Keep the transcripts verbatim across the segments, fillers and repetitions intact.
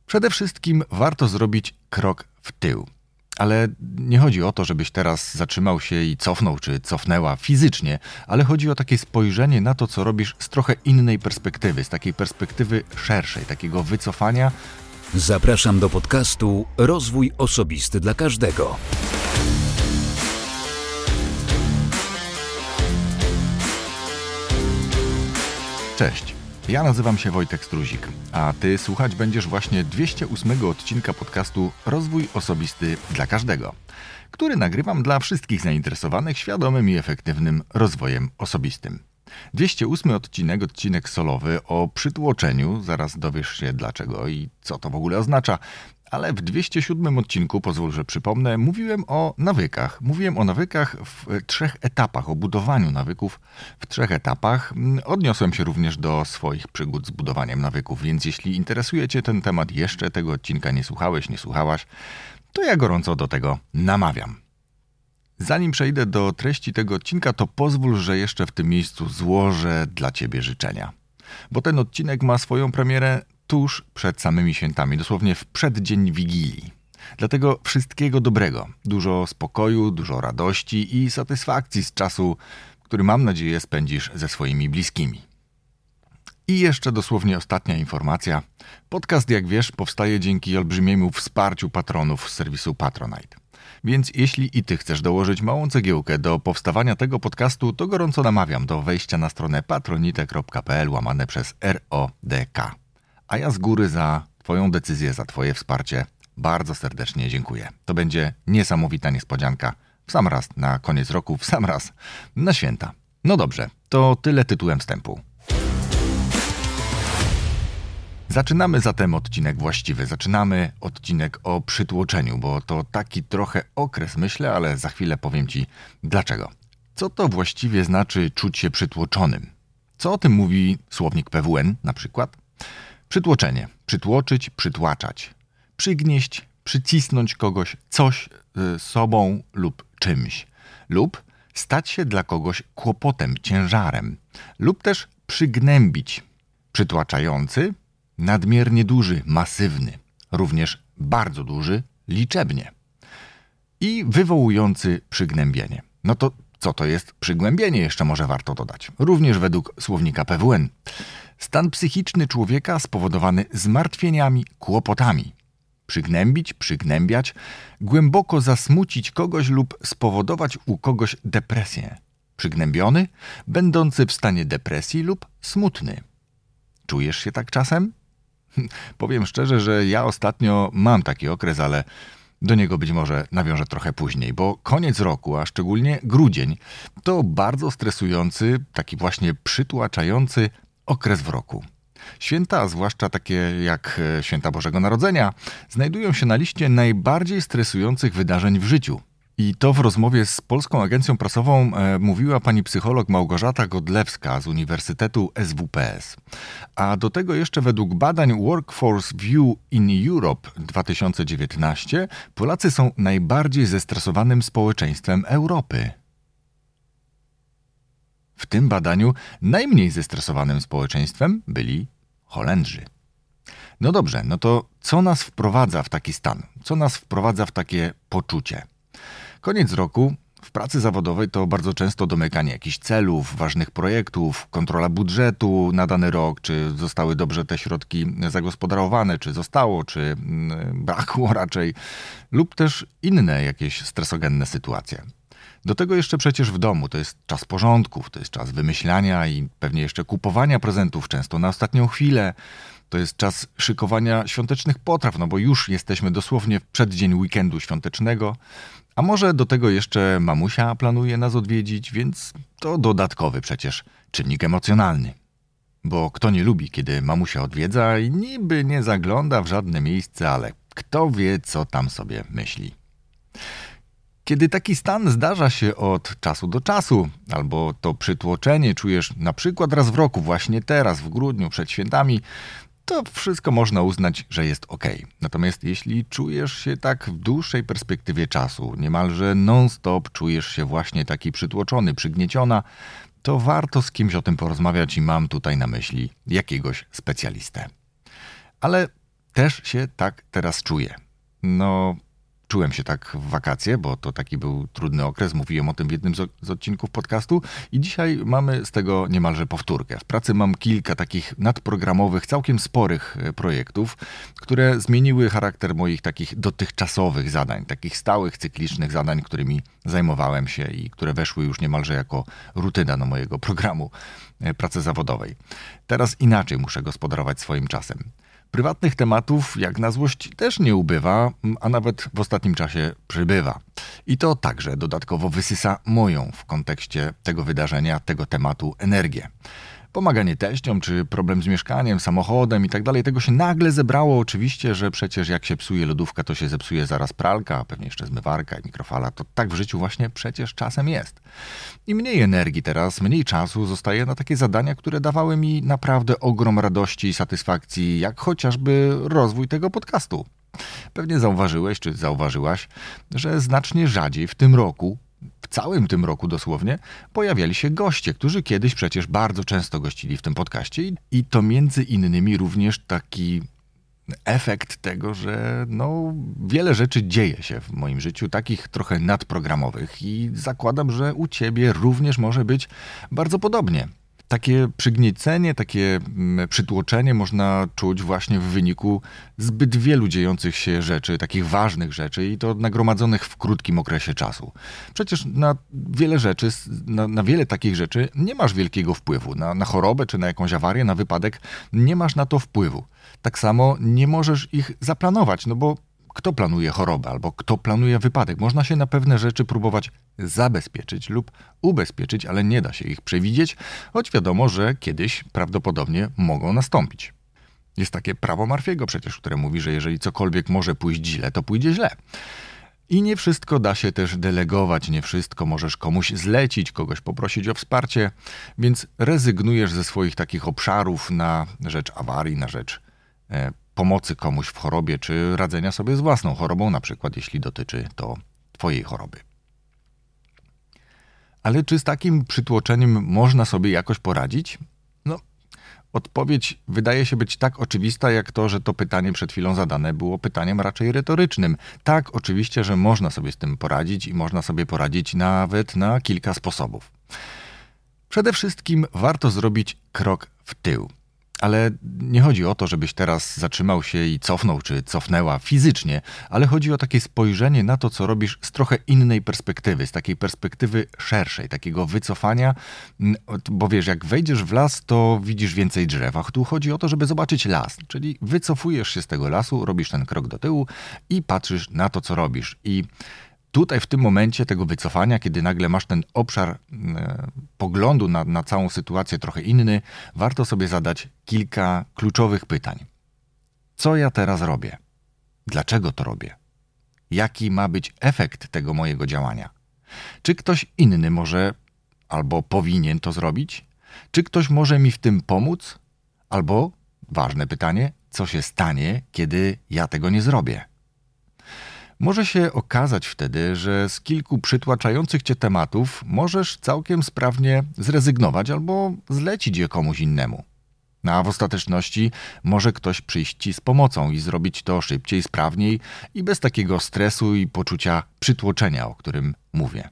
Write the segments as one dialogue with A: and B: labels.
A: Przede wszystkim warto zrobić krok w tył. Ale nie chodzi o to, żebyś teraz zatrzymał się i cofnął, czy cofnęła fizycznie, ale chodzi o takie spojrzenie na to, co robisz z trochę innej perspektywy, z takiej perspektywy szerszej, takiego wycofania.
B: Zapraszam do podcastu Rozwój Osobisty dla Każdego.
A: Cześć, ja nazywam się Wojtek Struzik, a Ty słuchać będziesz właśnie dwieście ósmego odcinka podcastu Rozwój Osobisty dla Każdego, który nagrywam dla wszystkich zainteresowanych świadomym i efektywnym rozwojem osobistym. dwieście ósmy odcinek, odcinek solowy o przytłoczeniu, zaraz dowiesz się dlaczego i co to w ogóle oznacza, ale w dwieście siódmym odcinku, pozwól, że przypomnę, mówiłem o nawykach. Mówiłem o nawykach w trzech etapach, o budowaniu nawyków w trzech etapach. Odniosłem się również do swoich przygód z budowaniem nawyków, więc jeśli interesuje Cię ten temat, jeszcze tego odcinka nie słuchałeś, nie słuchałaś, to ja gorąco do tego namawiam. Zanim przejdę do treści tego odcinka, to pozwól, że jeszcze w tym miejscu złożę dla Ciebie życzenia. Bo ten odcinek ma swoją premierę tuż przed samymi świętami, dosłownie w przeddzień Wigilii. Dlatego wszystkiego dobrego, dużo spokoju, dużo radości i satysfakcji z czasu, który mam nadzieję spędzisz ze swoimi bliskimi. I jeszcze dosłownie ostatnia informacja. Podcast, jak wiesz, powstaje dzięki olbrzymiemu wsparciu patronów z serwisu Patronite. Więc jeśli i Ty chcesz dołożyć małą cegiełkę do powstawania tego podcastu, to gorąco namawiam do wejścia na stronę patronite kropka p l łamane przez R O D K. A ja z góry za Twoją decyzję, za Twoje wsparcie bardzo serdecznie dziękuję. To będzie niesamowita niespodzianka. W sam raz na koniec roku, w sam raz na święta. No dobrze, to tyle tytułem wstępu. Zaczynamy zatem odcinek właściwy. Zaczynamy odcinek o przytłoczeniu, bo to taki trochę okres, myślę, ale za chwilę powiem Ci dlaczego. Co to właściwie znaczy czuć się przytłoczonym? Co o tym mówi słownik P W N na przykład? Przytłoczenie. Przytłoczyć, przytłaczać. Przygnieść, przycisnąć kogoś, coś y, sobą lub czymś. Lub stać się dla kogoś kłopotem, ciężarem. Lub też przygnębić. Przytłaczający, nadmiernie duży, masywny. Również bardzo duży, liczebnie. I wywołujący przygnębienie. No to co to jest przygnębienie? Jeszcze może warto dodać. Również według słownika P W N. Stan psychiczny człowieka spowodowany zmartwieniami, kłopotami. Przygnębić, przygnębiać, głęboko zasmucić kogoś lub spowodować u kogoś depresję. Przygnębiony, będący w stanie depresji lub smutny. Czujesz się tak czasem? Powiem szczerze, że ja ostatnio mam taki okres, ale do niego być może nawiążę trochę później, bo koniec roku, a szczególnie grudzień, to bardzo stresujący, taki właśnie przytłaczający okres w roku. Święta, zwłaszcza takie jak Święta Bożego Narodzenia, znajdują się na liście najbardziej stresujących wydarzeń w życiu. I to w rozmowie z Polską Agencją Prasową e, mówiła pani psycholog Małgorzata Godlewska z Uniwersytetu S W P S. A do tego jeszcze według badań Workforce View in Europe dwa tysiące dziewiętnaście Polacy są najbardziej zestresowanym społeczeństwem Europy. W tym badaniu najmniej zestresowanym społeczeństwem byli Holendrzy. No dobrze, no to co nas wprowadza w taki stan? Co nas wprowadza w takie poczucie? Koniec roku w pracy zawodowej to bardzo często domykanie jakichś celów, ważnych projektów, kontrola budżetu na dany rok, czy zostały dobrze te środki zagospodarowane, czy zostało, czy brakło raczej, lub też inne jakieś stresogenne sytuacje. Do tego jeszcze przecież w domu to jest czas porządków, to jest czas wymyślania i pewnie jeszcze kupowania prezentów, często na ostatnią chwilę. To jest czas szykowania świątecznych potraw, no bo już jesteśmy dosłownie w przeddzień weekendu świątecznego. A może do tego jeszcze mamusia planuje nas odwiedzić, więc to dodatkowy przecież czynnik emocjonalny. Bo kto nie lubi, kiedy mamusia odwiedza i niby nie zagląda w żadne miejsce, ale kto wie, co tam sobie myśli. Kiedy taki stan zdarza się od czasu do czasu, albo to przytłoczenie czujesz na przykład raz w roku, właśnie teraz, w grudniu, przed świętami, to wszystko można uznać, że jest okej. Natomiast jeśli czujesz się tak w dłuższej perspektywie czasu, niemalże non-stop czujesz się właśnie taki przytłoczony, przygnieciona, to warto z kimś o tym porozmawiać i mam tutaj na myśli jakiegoś specjalistę. Ale Też się tak teraz czuję. No, czułem się tak w wakacje, bo to taki był trudny okres. Mówiłem o tym w jednym z odcinków podcastu i dzisiaj mamy z tego niemalże powtórkę. W pracy mam kilka takich nadprogramowych, całkiem sporych projektów, które zmieniły charakter moich takich dotychczasowych zadań, takich stałych, cyklicznych zadań, którymi zajmowałem się i które weszły już niemalże jako rutyna do mojego programu pracy zawodowej. Teraz inaczej muszę gospodarować swoim czasem. Prywatnych tematów, jak na złość, też nie ubywa, a nawet w ostatnim czasie przybywa. I to także dodatkowo wysysa moją w kontekście tego wydarzenia, tego tematu energię. Pomaganie teściom, czy problem z mieszkaniem, samochodem i tak dalej, tego się nagle zebrało oczywiście, że przecież jak się psuje lodówka, to się zepsuje zaraz pralka, a pewnie jeszcze zmywarka i mikrofala. To tak w życiu właśnie przecież czasem jest. I mniej energii teraz, mniej czasu zostaje na takie zadania, które dawały mi naprawdę ogrom radości i satysfakcji, jak chociażby rozwój tego podcastu. Pewnie zauważyłeś, czy zauważyłaś, że znacznie rzadziej w tym roku, w całym tym roku dosłownie, pojawiali się goście, którzy kiedyś przecież bardzo często gościli w tym podcaście i to między innymi również taki efekt tego, że no, wiele rzeczy dzieje się w moim życiu, takich trochę nadprogramowych i zakładam, że u ciebie również może być bardzo podobnie. Takie przygniecenie, takie przytłoczenie można czuć właśnie w wyniku zbyt wielu dziejących się rzeczy, takich ważnych rzeczy i to nagromadzonych w krótkim okresie czasu. Przecież na wiele rzeczy, na, na wiele takich rzeczy nie masz wielkiego wpływu. Na, na chorobę czy na jakąś awarię, na wypadek nie masz na to wpływu. Tak samo nie możesz ich zaplanować, no bo kto planuje chorobę albo kto planuje wypadek? Można się na pewne rzeczy próbować zabezpieczyć lub ubezpieczyć, ale nie da się ich przewidzieć, choć wiadomo, że kiedyś prawdopodobnie mogą nastąpić. Jest takie prawo Murphy'ego przecież, które mówi, że jeżeli cokolwiek może pójść źle, to pójdzie źle. I nie wszystko da się też delegować, nie wszystko możesz komuś zlecić, kogoś poprosić o wsparcie, więc rezygnujesz ze swoich takich obszarów na rzecz awarii, na rzecz e, pomocy komuś w chorobie, czy radzenia sobie z własną chorobą, na przykład jeśli dotyczy to twojej choroby. Ale czy z takim przytłoczeniem można sobie jakoś poradzić? No, odpowiedź wydaje się być tak oczywista, jak to, że to pytanie przed chwilą zadane było pytaniem raczej retorycznym. Tak, oczywiście, że można sobie z tym poradzić i można sobie poradzić nawet na kilka sposobów. Przede wszystkim warto zrobić krok w tył. Ale nie chodzi o to, żebyś teraz zatrzymał się i cofnął, czy cofnęła fizycznie, ale chodzi o takie spojrzenie na to, co robisz z trochę innej perspektywy, z takiej perspektywy szerszej, takiego wycofania, bo wiesz, jak wejdziesz w las, to widzisz więcej drzew, a tu chodzi o to, żeby zobaczyć las, czyli wycofujesz się z tego lasu, robisz ten krok do tyłu i patrzysz na to, co robisz. I tutaj w tym momencie tego wycofania, kiedy nagle masz ten obszar e, poglądu na, na całą sytuację trochę inny, warto sobie zadać kilka kluczowych pytań. Co ja teraz robię? Dlaczego to robię? Jaki ma być efekt tego mojego działania? Czy ktoś inny może albo powinien to zrobić? Czy ktoś może mi w tym pomóc? Albo, ważne pytanie, co się stanie, kiedy ja tego nie zrobię? Może się okazać wtedy, że z kilku przytłaczających cię tematów możesz całkiem sprawnie zrezygnować albo zlecić je komuś innemu. No a w ostateczności może ktoś przyjść ci z pomocą i zrobić to szybciej, sprawniej i bez takiego stresu i poczucia przytłoczenia, o którym mówię.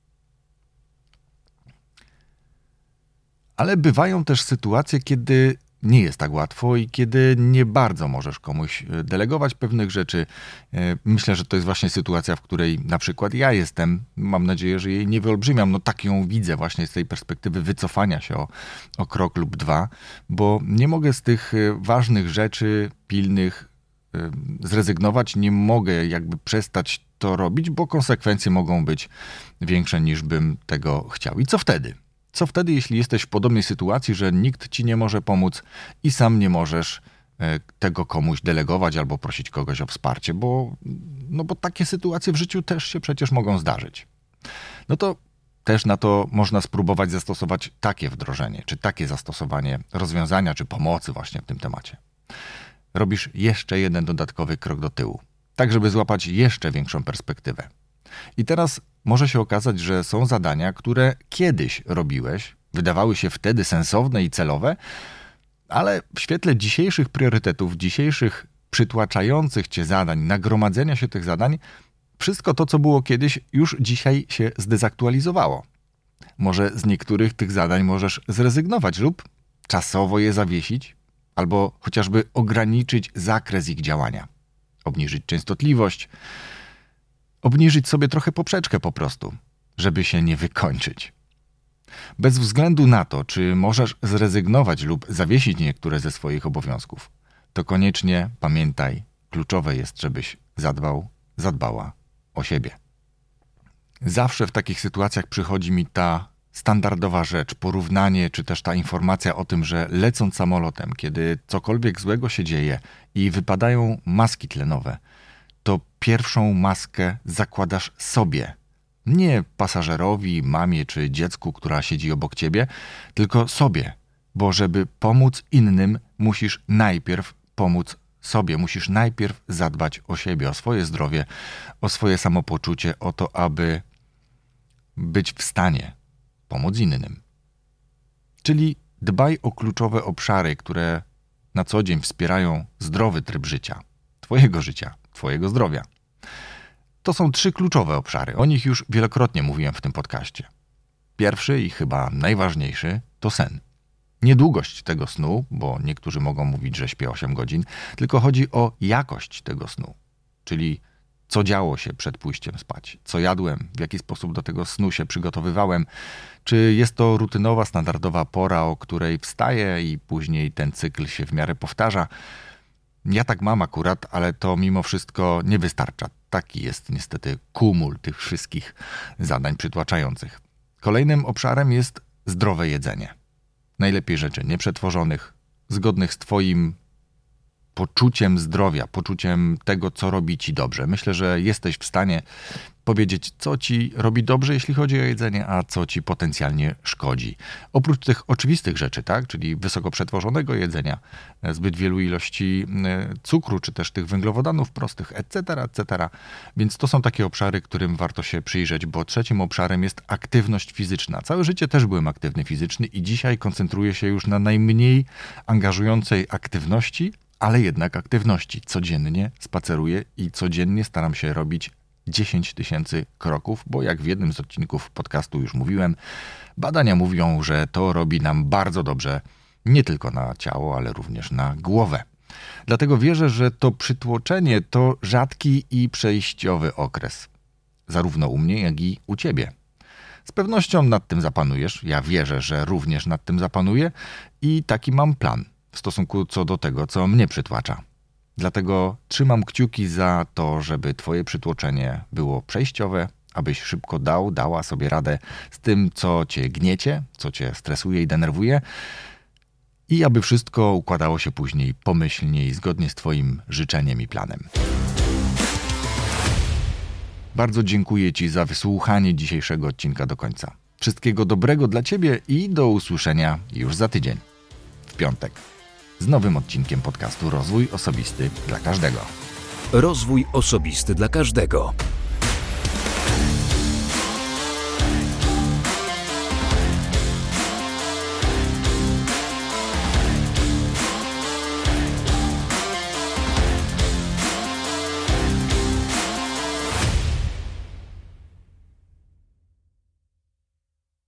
A: Ale bywają też sytuacje, kiedy nie jest tak łatwo i kiedy nie bardzo możesz komuś delegować pewnych rzeczy. Myślę, że to jest właśnie sytuacja, w której na przykład ja jestem. Mam nadzieję, że jej nie wyolbrzymiam. No tak ją widzę właśnie z tej perspektywy wycofania się o, o krok lub dwa, bo nie mogę z tych ważnych rzeczy pilnych zrezygnować. Nie mogę jakby przestać to robić, bo konsekwencje mogą być większe niż bym tego chciał. I co wtedy? Co wtedy, jeśli jesteś w podobnej sytuacji, że nikt ci nie może pomóc i sam nie możesz tego komuś delegować albo prosić kogoś o wsparcie, bo, no bo takie sytuacje w życiu też się przecież mogą zdarzyć. No to też na to można spróbować zastosować takie wdrożenie, czy takie zastosowanie rozwiązania, czy pomocy właśnie w tym temacie. Robisz jeszcze jeden dodatkowy krok do tyłu, tak żeby złapać jeszcze większą perspektywę. I teraz może się okazać, że są zadania, które kiedyś robiłeś, wydawały się wtedy sensowne i celowe, ale w świetle dzisiejszych priorytetów, dzisiejszych przytłaczających cię zadań, nagromadzenia się tych zadań, wszystko to, co było kiedyś, już dzisiaj się zdezaktualizowało. Może z niektórych tych zadań możesz zrezygnować lub czasowo je zawiesić, albo chociażby ograniczyć zakres ich działania, obniżyć częstotliwość, obniżyć sobie trochę poprzeczkę po prostu, żeby się nie wykończyć. Bez względu na to, czy możesz zrezygnować lub zawiesić niektóre ze swoich obowiązków, to koniecznie pamiętaj, kluczowe jest, żebyś zadbał, zadbała o siebie. Zawsze w takich sytuacjach przychodzi mi ta standardowa rzecz, porównanie, czy też ta informacja o tym, że lecąc samolotem, kiedy cokolwiek złego się dzieje i wypadają maski tlenowe, to pierwszą maskę zakładasz sobie. Nie pasażerowi, mamie czy dziecku, która siedzi obok ciebie, tylko sobie. Bo żeby pomóc innym, musisz najpierw pomóc sobie. Musisz najpierw zadbać o siebie, o swoje zdrowie, o swoje samopoczucie, o to, aby być w stanie pomóc innym. Czyli dbaj o kluczowe obszary, które na co dzień wspierają zdrowy tryb życia. Twojego życia, twojego zdrowia. To są trzy kluczowe obszary. O nich już wielokrotnie mówiłem w tym podcaście. Pierwszy i chyba najważniejszy to sen. Nie długość tego snu, bo niektórzy mogą mówić, że śpię osiem godzin, tylko chodzi o jakość tego snu. Czyli co działo się przed pójściem spać, co jadłem, w jaki sposób do tego snu się przygotowywałem, czy jest to rutynowa, standardowa pora, o której wstaję i później ten cykl się w miarę powtarza. Ja tak mam akurat, ale to mimo wszystko nie wystarcza. Taki jest niestety kumul tych wszystkich zadań przytłaczających. Kolejnym obszarem jest zdrowe jedzenie. Najlepiej rzeczy nieprzetworzonych, zgodnych z twoim poczuciem zdrowia, poczuciem tego, co robi ci dobrze. Myślę, że jesteś w stanie powiedzieć, co ci robi dobrze, jeśli chodzi o jedzenie, a co ci potencjalnie szkodzi. Oprócz tych oczywistych rzeczy, tak, czyli wysoko przetworzonego jedzenia, zbyt wielu ilości cukru, czy też tych węglowodanów prostych, et cetera, et cetera. Więc to są takie obszary, którym warto się przyjrzeć, bo trzecim obszarem jest aktywność fizyczna. Całe życie też byłem aktywny fizycznie i dzisiaj koncentruję się już na najmniej angażującej aktywności, ale jednak aktywności. Codziennie spaceruję i codziennie staram się robić dziesięć tysięcy kroków, bo jak w jednym z odcinków podcastu już mówiłem, badania mówią, że to robi nam bardzo dobrze nie tylko na ciało, ale również na głowę. Dlatego wierzę, że to przytłoczenie to rzadki i przejściowy okres. Zarówno u mnie, jak i u ciebie. Z pewnością nad tym zapanujesz. Ja wierzę, że również nad tym zapanuję i taki mam plan w stosunku co do tego, co mnie przytłacza. Dlatego trzymam kciuki za to, żeby twoje przytłoczenie było przejściowe, abyś szybko dał, dała sobie radę z tym, co cię gniecie, co cię stresuje i denerwuje i aby wszystko układało się później pomyślnie i zgodnie z twoim życzeniem i planem. Bardzo dziękuję ci za wysłuchanie dzisiejszego odcinka do końca. Wszystkiego dobrego dla ciebie i do usłyszenia już za tydzień, w piątek, z nowym odcinkiem podcastu Rozwój Osobisty dla Każdego.
B: Rozwój Osobisty dla Każdego.